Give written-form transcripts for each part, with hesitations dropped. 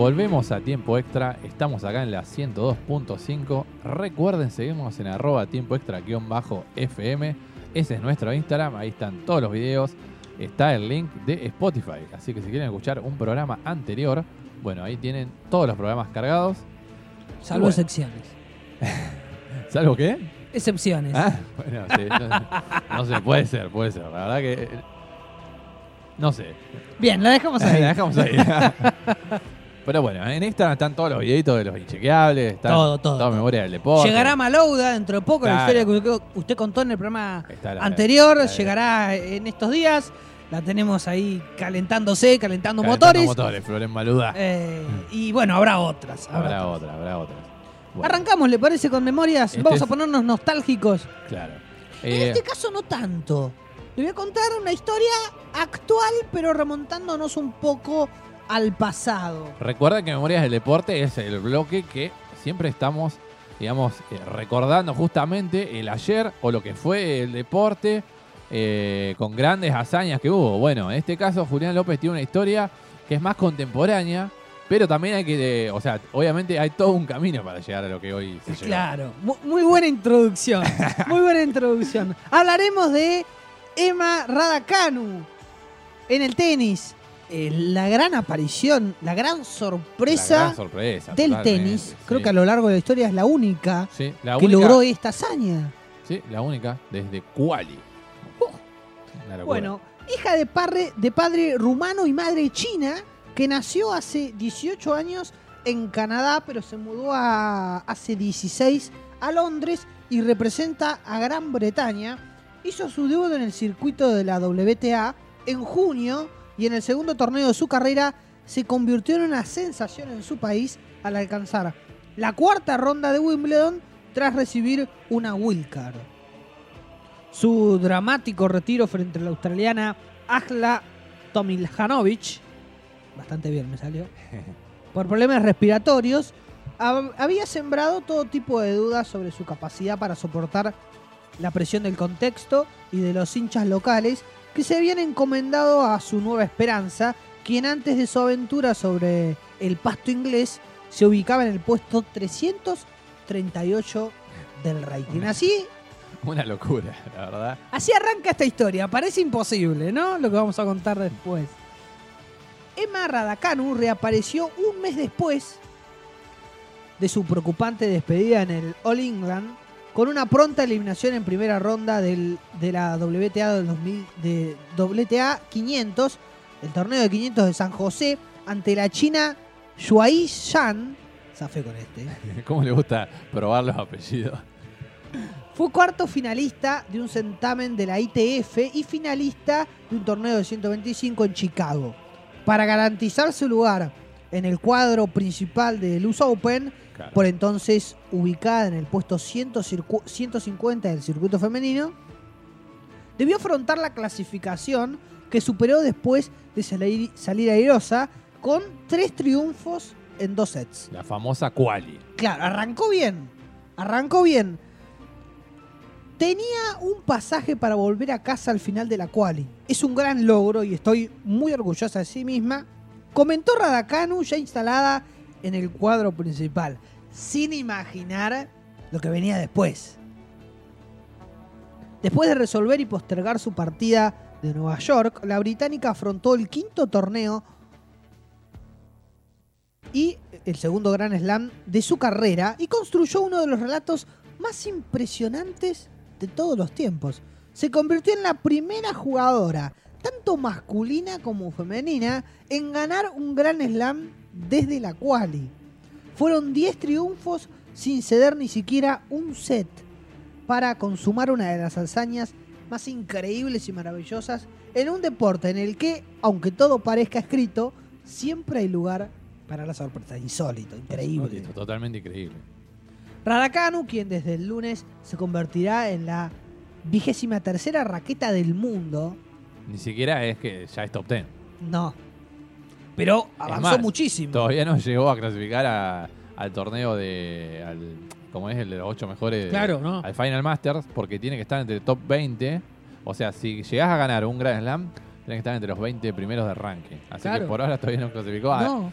Volvemos a Tiempo Extra. Estamos acá en la 102.5. Recuerden, seguimos en @tiempo extra_FM. Ese es nuestro Instagram. Ahí están todos los videos. Está el link de Spotify. Así que si quieren escuchar un programa anterior, bueno, ahí tienen todos los programas cargados. Salvo excepciones. ¿Salvo qué? Excepciones. Ah, bueno, sí, no sé, puede ser. La verdad que... No sé. Bien, la dejamos ahí. La dejamos ahí. Pero bueno, en Instagram están todos los videitos de los inchequeables. Está toda memoria del deporte. Llegará Malouda dentro de poco, claro. La historia que usted contó en el programa anterior. Llegará en estos días. La tenemos ahí calentando motores. Flores Malouda. Y bueno, habrá otras. Habrá otras. Bueno. Arrancamos, ¿le parece, con memorias? Vamos a ponernos nostálgicos. Claro. En este caso no tanto. Le voy a contar una historia actual, pero remontándonos un poco al pasado. Recuerda que Memorias del Deporte es el bloque que siempre estamos, digamos, recordando justamente el ayer o lo que fue el deporte con grandes hazañas que hubo. Bueno, en este caso Julián López tiene una historia que es más contemporánea, pero también hay que, obviamente hay todo un camino para llegar a lo que hoy se llega. Claro, muy buena introducción. Muy buena introducción. Hablaremos de Emma Raducanu en el tenis. La gran aparición, la gran sorpresa del tenis. Creo que a lo largo de la historia es la única que logró esta hazaña. Sí, la única, desde Quali. Bueno, hija de padre rumano y madre china, que nació hace 18 años en Canadá, pero se mudó hace 16 a Londres y representa a Gran Bretaña. Hizo su debut en el circuito de la WTA en junio y en el segundo torneo de su carrera se convirtió en una sensación en su país al alcanzar la cuarta ronda de Wimbledon tras recibir una wildcard. Su dramático retiro frente a la australiana Ajla Tomljanovic, bastante bien me salió, por problemas respiratorios, había sembrado todo tipo de dudas sobre su capacidad para soportar la presión del contexto y de los hinchas locales que se habían encomendado a su nueva esperanza, quien antes de su aventura sobre el pasto inglés se ubicaba en el puesto 338 del rating. Así... Una locura, la verdad. Así arranca esta historia. Parece imposible, ¿no? Lo que vamos a contar después. Emma Raducanu reapareció un mes después de su preocupante despedida en el All England con una pronta eliminación en primera ronda de la WTA de WTA 500, el torneo de 500 de San José, ante la china Shuai Shan. Zafé con este. ¿Cómo le gusta probar los apellidos? Fue cuarto finalista de un certamen de la ITF y finalista de un torneo de 125 en Chicago. Para garantizar su lugar en el cuadro principal del US Open, claro, por entonces ubicada en el puesto 150 del circuito femenino, debió afrontar la clasificación que superó después de salir airosa con 3 triunfos en 2 sets. La famosa Quali. Claro, arrancó bien. Tenía un pasaje para volver a casa al final de la Quali. Es un gran logro y estoy muy orgullosa de sí misma, comentó Raducanu ya instalada en el cuadro principal, sin imaginar lo que venía después. Después de resolver y postergar su partida de Nueva York, la británica afrontó el quinto torneo y el segundo Grand Slam de su carrera y construyó uno de los relatos más impresionantes de todos los tiempos. Se convirtió en la primera jugadora, tanto masculina como femenina, en ganar un Grand Slam desde la Quali. Fueron 10 triunfos sin ceder ni siquiera un set para consumar una de las hazañas más increíbles y maravillosas en un deporte en el que, aunque todo parezca escrito, siempre hay lugar para la sorpresa. Insólito, increíble. Insólito, totalmente increíble. Raducanu, quien desde el lunes se convertirá en la 23ª raqueta del mundo. Ni siquiera es que ya es top 10. No. Pero avanzó muchísimo. Todavía no llegó a clasificar al torneo como es el de los 8 mejores, claro, ¿no? Al Final Masters, porque tiene que estar entre el top 20. O sea, si llegás a ganar un Grand Slam, tenés que estar entre los 20 primeros de ranking. Así que por ahora todavía no clasificó. No.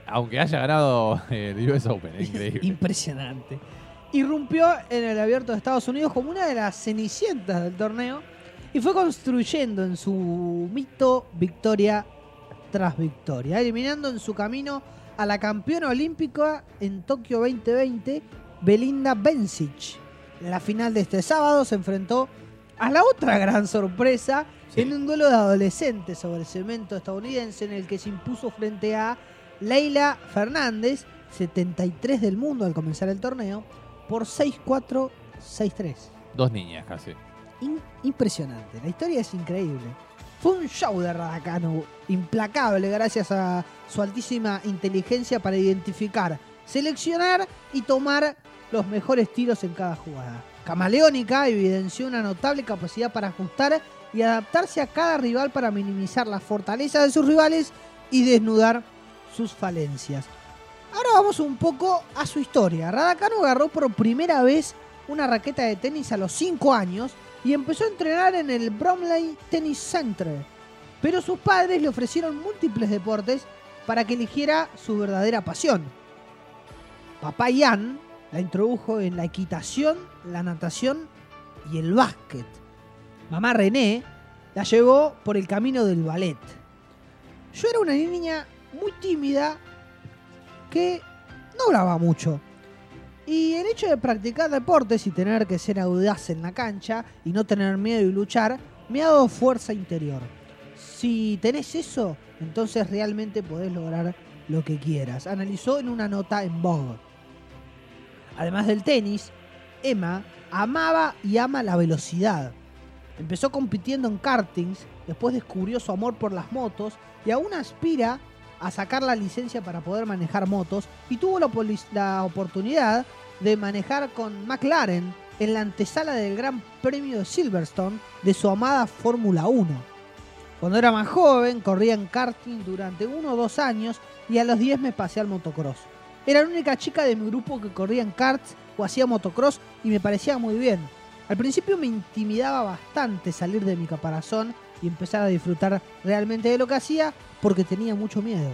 Aunque haya ganado el US Open, es increíble. Impresionante. Irrumpió en el Abierto de Estados Unidos como una de las cenicientas del torneo y fue construyendo en su mito victoria tras victoria, eliminando en su camino a la campeona olímpica en Tokio 2020, Belinda Bencic. En la final de este sábado se enfrentó a la otra gran sorpresa en un duelo de adolescentes sobre cemento estadounidense en el que se impuso frente a Leylah Fernández, 73 del mundo al comenzar el torneo, por 6-4, 6-3. Dos niñas casi. Impresionante, la historia es increíble. Fue un show de Raducanu implacable gracias a su altísima inteligencia para identificar, seleccionar y tomar los mejores tiros en cada jugada. Camaleónica, evidenció una notable capacidad para ajustar y adaptarse a cada rival para minimizar las fortalezas de sus rivales y desnudar sus falencias. Ahora vamos un poco a su historia. Raducanu agarró por primera vez una raqueta de tenis a los 5 años y empezó a entrenar en el Bromley Tennis Center. Pero sus padres le ofrecieron múltiples deportes para que eligiera su verdadera pasión. Papá Ian la introdujo en la equitación, la natación y el básquet. Mamá René la llevó por el camino del ballet. Yo era una niña muy tímida que no hablaba mucho. Y el hecho de practicar deportes y tener que ser audaz en la cancha y no tener miedo y luchar me ha dado fuerza interior. Si tenés eso, entonces realmente podés lograr lo que quieras, analizó en una nota en Vogue. Además del tenis, Emma amaba y ama la velocidad. Empezó compitiendo en kartings, después descubrió su amor por las motos y aún aspira a sacar la licencia para poder manejar motos y tuvo la oportunidad de manejar con McLaren en la antesala del Gran Premio de Silverstone de su amada Fórmula 1. Cuando era más joven, corría en karting durante 1 o 2 años y a los 10 me pasé al motocross. Era la única chica de mi grupo que corría en karts o hacía motocross y me parecía muy bien. Al principio me intimidaba bastante salir de mi caparazón y empezar a disfrutar realmente de lo que hacía porque tenía mucho miedo.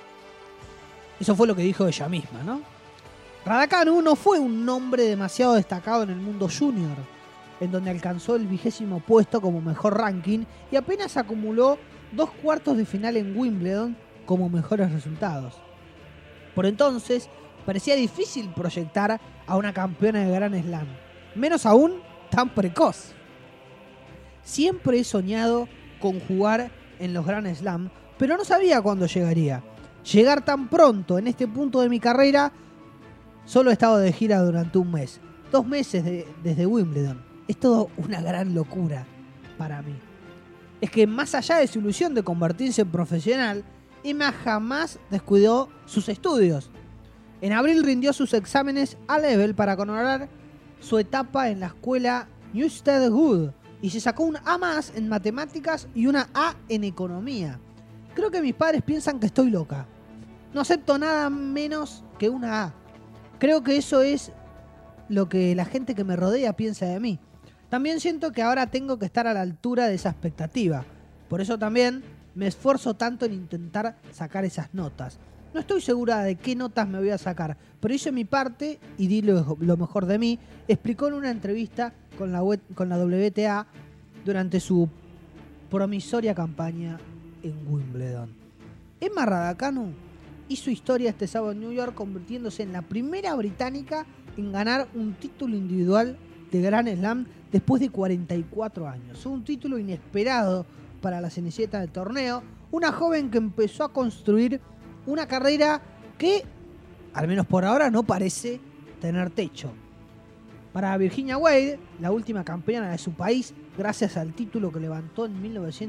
Eso fue lo que dijo ella misma, ¿no? Raducanu no fue un nombre demasiado destacado en el mundo junior, en donde alcanzó el 20º puesto como mejor ranking y apenas acumuló 2 cuartos de final en Wimbledon como mejores resultados. Por entonces, parecía difícil proyectar a una campeona de Grand Slam, menos aún tan precoz. Siempre he soñado con jugar en los Grand Slam, pero no sabía cuándo llegaría. Llegar tan pronto en este punto de mi carrera, solo he estado de gira durante un mes. 2 meses desde Wimbledon. Es todo una gran locura para mí. Es que más allá de su ilusión de convertirse en profesional, Emma jamás descuidó sus estudios. En abril rindió sus exámenes A-Level para conmemorar su etapa en la escuela Newstead Wood y se sacó un A+ en matemáticas y una A en economía. Creo que mis padres piensan que estoy loca. No acepto nada menos que una A. Creo que eso es lo que la gente que me rodea piensa de mí. También siento que ahora tengo que estar a la altura de esa expectativa. Por eso también me esfuerzo tanto en intentar sacar esas notas. No estoy segura de qué notas me voy a sacar, pero hice mi parte y di lo mejor de mí, explicó en una entrevista con la WTA durante su promisoria campaña en Wimbledon. Emma Raducanu hizo historia este sábado en New York, convirtiéndose en la primera británica en ganar un título individual de Grand Slam después de 44 años. Un título inesperado para la cenicienta del torneo, una joven que empezó a construir una carrera que, al menos por ahora, no parece tener techo. Para Virginia Wade, la última campeona de su país, gracias al título que levantó en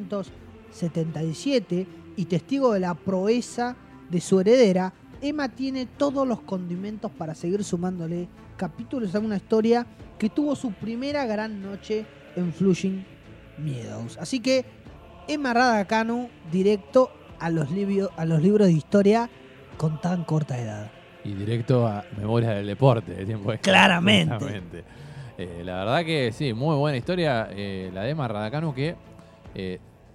1977 y testigo de la proeza de su heredera, Emma tiene todos los condimentos para seguir sumándole capítulos a una historia que tuvo su primera gran noche en Flushing Meadows. Así que Emma Raducanu directo a los libros de historia con tan corta edad. Y directo a Memorias del Deporte de tiempo de...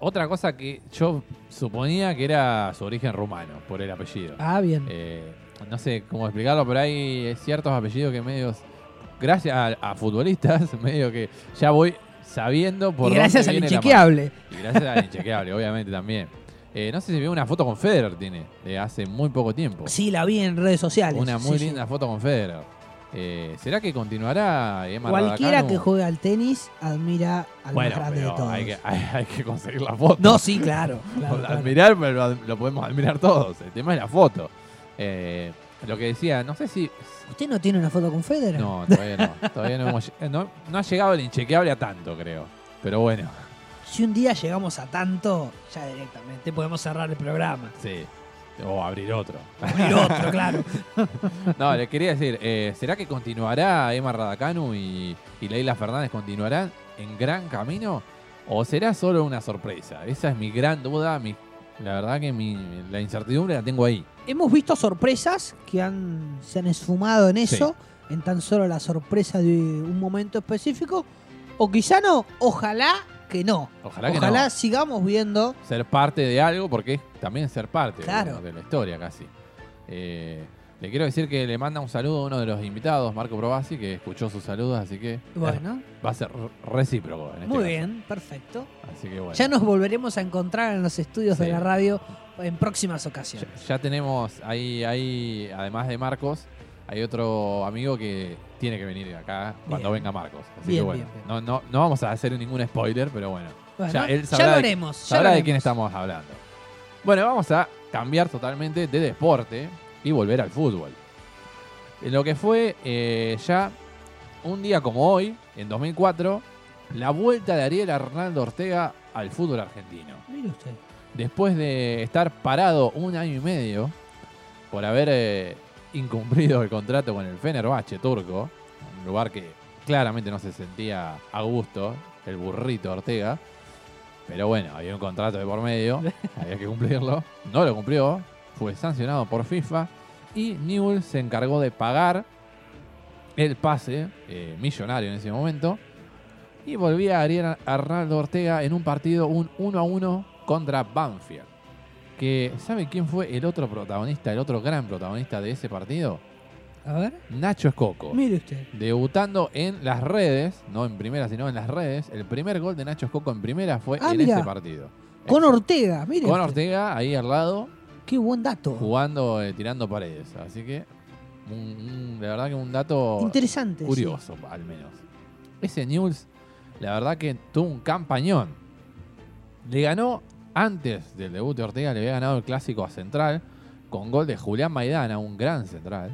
Otra cosa que yo suponía que era su origen rumano, por el apellido. Ah, bien. No sé cómo explicarlo, pero hay ciertos apellidos que medios, gracias a futbolistas, medio que ya voy sabiendo por Y gracias dónde al viene la inchequeable. mano. Y gracias al inchequeable, obviamente también. No sé si vio una foto con Federer, tiene, de hace muy poco tiempo. Sí, la vi en redes sociales. Una muy Sí, linda foto con Federer. ¿Será que continuará Emma Cualquiera Raducanu? que juegue al tenis admira al Bueno, más grande de pero todos. hay que conseguir la foto. No, sí, claro. claro. Admirar, pero lo podemos admirar todos. El tema es la foto. Lo que decía, no sé si... ¿Usted no tiene una foto con Federer? No, todavía no. Todavía no ha llegado el inchequeable a tanto, creo. Pero bueno, Si un día llegamos a tanto, ya directamente podemos cerrar el programa. sí. O abrir otro. Abrir otro, claro. No, le quería decir, ¿será que continuará Emma Raducanu y Leila Fernández continuarán en gran camino? ¿O será solo una sorpresa? Esa es mi gran duda. La verdad que la incertidumbre la tengo ahí. Hemos visto sorpresas que se han esfumado en eso, en tan solo la sorpresa de un momento específico. O quizá no, ojalá que no. Ojalá que no. Sigamos viendo. Ser parte de algo, porque es también ser parte Claro. de la historia casi. Le quiero decir que le manda un saludo a uno de los invitados, Marco Probasi, que escuchó sus saludos, así que Bueno, va a ser recíproco en este muy caso. bien, perfecto. Así que bueno. Ya nos volveremos a encontrar en los estudios Sí. de la radio en próximas ocasiones. Ya tenemos ahí, además de Marcos, hay otro amigo que tiene que venir acá cuando Bien. venga Marcos. Así Bien, que bueno, bien, No vamos a hacer ningún spoiler, pero bueno. Bueno, ya él ya sabrá, lo haremos. sabrá de quién estamos hablando. Bueno, vamos a cambiar totalmente de deporte y volver al fútbol. En lo que fue ya un día como hoy, en 2004, la vuelta de Ariel Arnaldo Ortega al fútbol argentino. Mire usted. Después de estar parado 1 año y medio por haber incumplido el contrato con el Fenerbahce turco, un lugar que claramente no se sentía a gusto, el burrito Ortega, pero bueno, había un contrato de por medio, había que cumplirlo, no lo cumplió, fue sancionado por FIFA y Newell's se encargó de pagar el pase millonario en ese momento y volvía a Ariel Arnaldo Ortega en un partido, un 1-1 contra Banfield. Que, ¿sabe quién fue el otro protagonista, el otro gran protagonista de ese partido? A ver. Nacho Escoco. Mire usted. Debutando en las redes, no en primera, sino en las redes. El primer gol de Nacho Escoco en primera fue en mirá. ese partido. Con Ortega, mire. Con usted. Ortega ahí al lado, Qué buen dato. jugando, tirando paredes. Así que, de verdad que un dato Interesante. curioso, al menos. Ese Newell's, la verdad que tuvo un campañón. Le ganó, antes del debut de Ortega, le había ganado el clásico a Central, con gol de Julián Maidana, un gran central.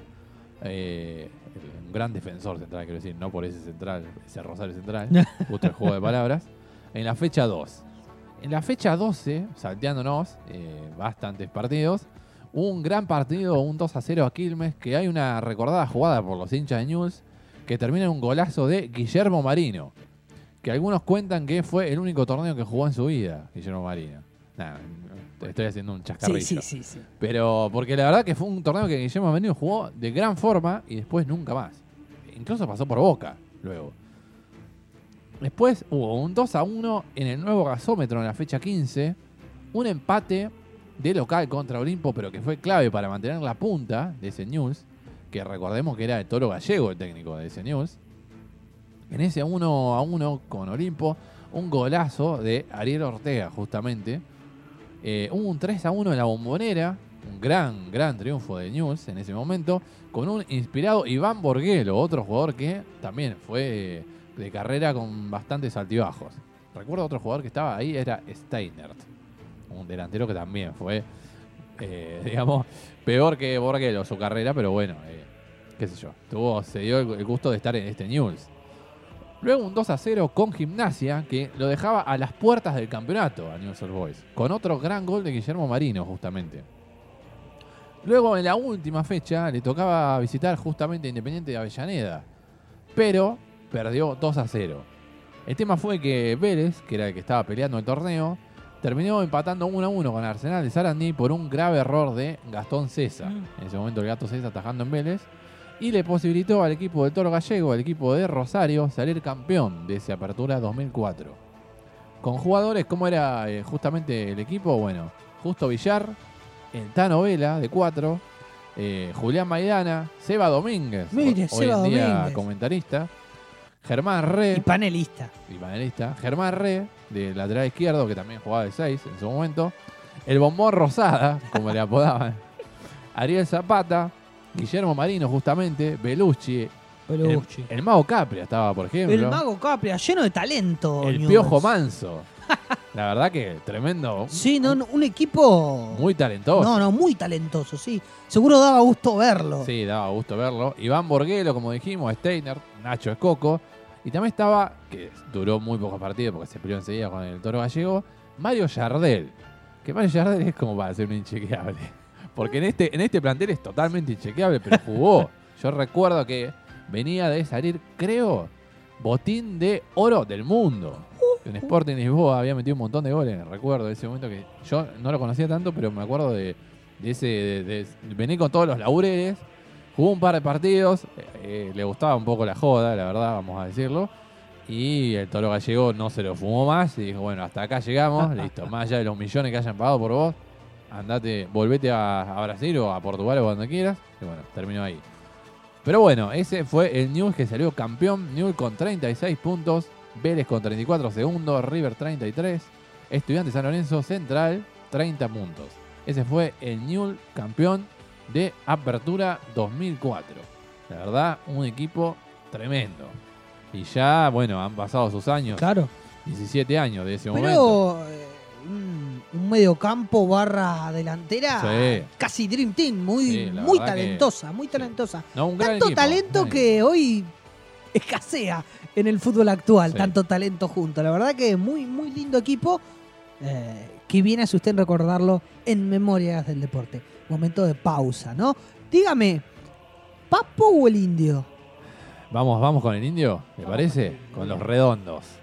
Un gran defensor central, quiero decir, no por ese central, ese Rosario Central, justo el juego de palabras. En la fecha 2. En la fecha 12, salteándonos bastantes partidos, hubo un gran partido, un 2-0 a Quilmes, que hay una recordada jugada por los hinchas de Newell's, que termina en un golazo de Guillermo Marino, que algunos cuentan que fue el único torneo que jugó en su vida, Guillermo Marino. Nah, estoy haciendo un chascarrillo. Sí. Pero porque la verdad que fue un torneo que Guillermo Marino jugó de gran forma y después nunca más. Incluso pasó por Boca luego. Después hubo un 2-1 en el nuevo gasómetro en la fecha 15. Un empate de local contra Olimpo, pero que fue clave para mantener la punta de ese Newell's, que recordemos que era el Toro Gallego el técnico de ese Newell's. En ese 1-1 con Olimpo, un golazo de Ariel Ortega, justamente. Hubo un 3-1 en la Bombonera, un gran triunfo de Newell's en ese momento, con un inspirado Iván Borguelo, otro jugador que también fue de carrera con bastantes altibajos. Recuerdo otro jugador que estaba ahí, era Steinert, un delantero que también fue, digamos, peor que Borguelo su carrera, pero bueno, qué sé yo, se dio el gusto de estar en este Newell's. Luego un 2-0 con Gimnasia, que lo dejaba a las puertas del campeonato a Newell's Old Boys, con otro gran gol de Guillermo Marino, justamente. Luego, en la última fecha, le tocaba visitar justamente a Independiente de Avellaneda, pero perdió 2-0. El tema fue que Vélez, que era el que estaba peleando el torneo, terminó empatando 1-1 con Arsenal de Sarandí por un grave error de Gastón César. En ese momento el Gato César atajando en Vélez. Y le posibilitó al equipo del Toro Gallego, al equipo de Rosario, salir campeón de esa apertura 2004. con jugadores, ¿cómo era justamente el equipo? Bueno, Justo Villar, el Tano Vela de 4, Julián Maidana, Seba Domínguez, Mire, hoy Seba en día Domínguez. comentarista, Germán Re Y panelista. y panelista, Germán Re, de lateral izquierdo, que también jugaba de 6 en su momento, el Bombón Rosada, como le apodaban, Ariel Zapata, Guillermo Marino justamente, Belucci, el Mago Capria estaba, por ejemplo. El Mago Capria, lleno de talento. El Newell's. Piojo Manso. La verdad que tremendo. Sí, no, un equipo... Muy talentoso. No, muy talentoso, sí. Seguro daba gusto verlo. Sí, daba gusto verlo. Iván Borguelo, como dijimos, Steiner, Nacho Escoco. Y también estaba, que duró muy pocos partidos porque se peleó enseguida con el Toro Gallego, Mario Yardel. Que Mario Yardel es como para ser un inchequeable. Porque en este plantel es totalmente inchequeable, pero jugó. Yo recuerdo que venía de salir, creo, botín de oro del mundo. En Sporting Lisboa había metido un montón de goles. Recuerdo de ese momento que yo no lo conocía tanto, pero me acuerdo de ese. De venir con todos los laureles. Jugó un par de partidos. Le gustaba un poco la joda, la verdad, vamos a decirlo. Y el Toro Gallego no se lo fumó más. Y dijo, bueno, hasta acá llegamos. Listo, más allá de los millones que hayan pagado por vos, andate, volvete a Brasil o a Portugal o donde quieras. Y bueno, terminó ahí. Pero bueno, ese fue el Newell's que salió campeón. Newell's con 36 puntos. Vélez con 34 segundos. River 33. Estudiantes San Lorenzo Central 30 puntos. Ese fue el Newell's campeón de Apertura 2004. La verdad, un equipo tremendo. Y ya, bueno, han pasado sus años. Claro. 17 años de ese momento. Pero un mediocampo barra delantera Sí. casi Dream Team, muy, Sí, la muy verdad talentosa, que- muy sí. talentosa. No, un gran Tanto equipo, talento gran que equipo. hoy escasea en el fútbol actual, Sí. tanto talento junto. La verdad que muy, muy lindo equipo. Que viene a usted recordarlo en Memorias del Deporte. Momento de pausa, ¿no? Dígame, ¿Papo o el Indio? Vamos con el Indio, ¿me parece? Con los redondos.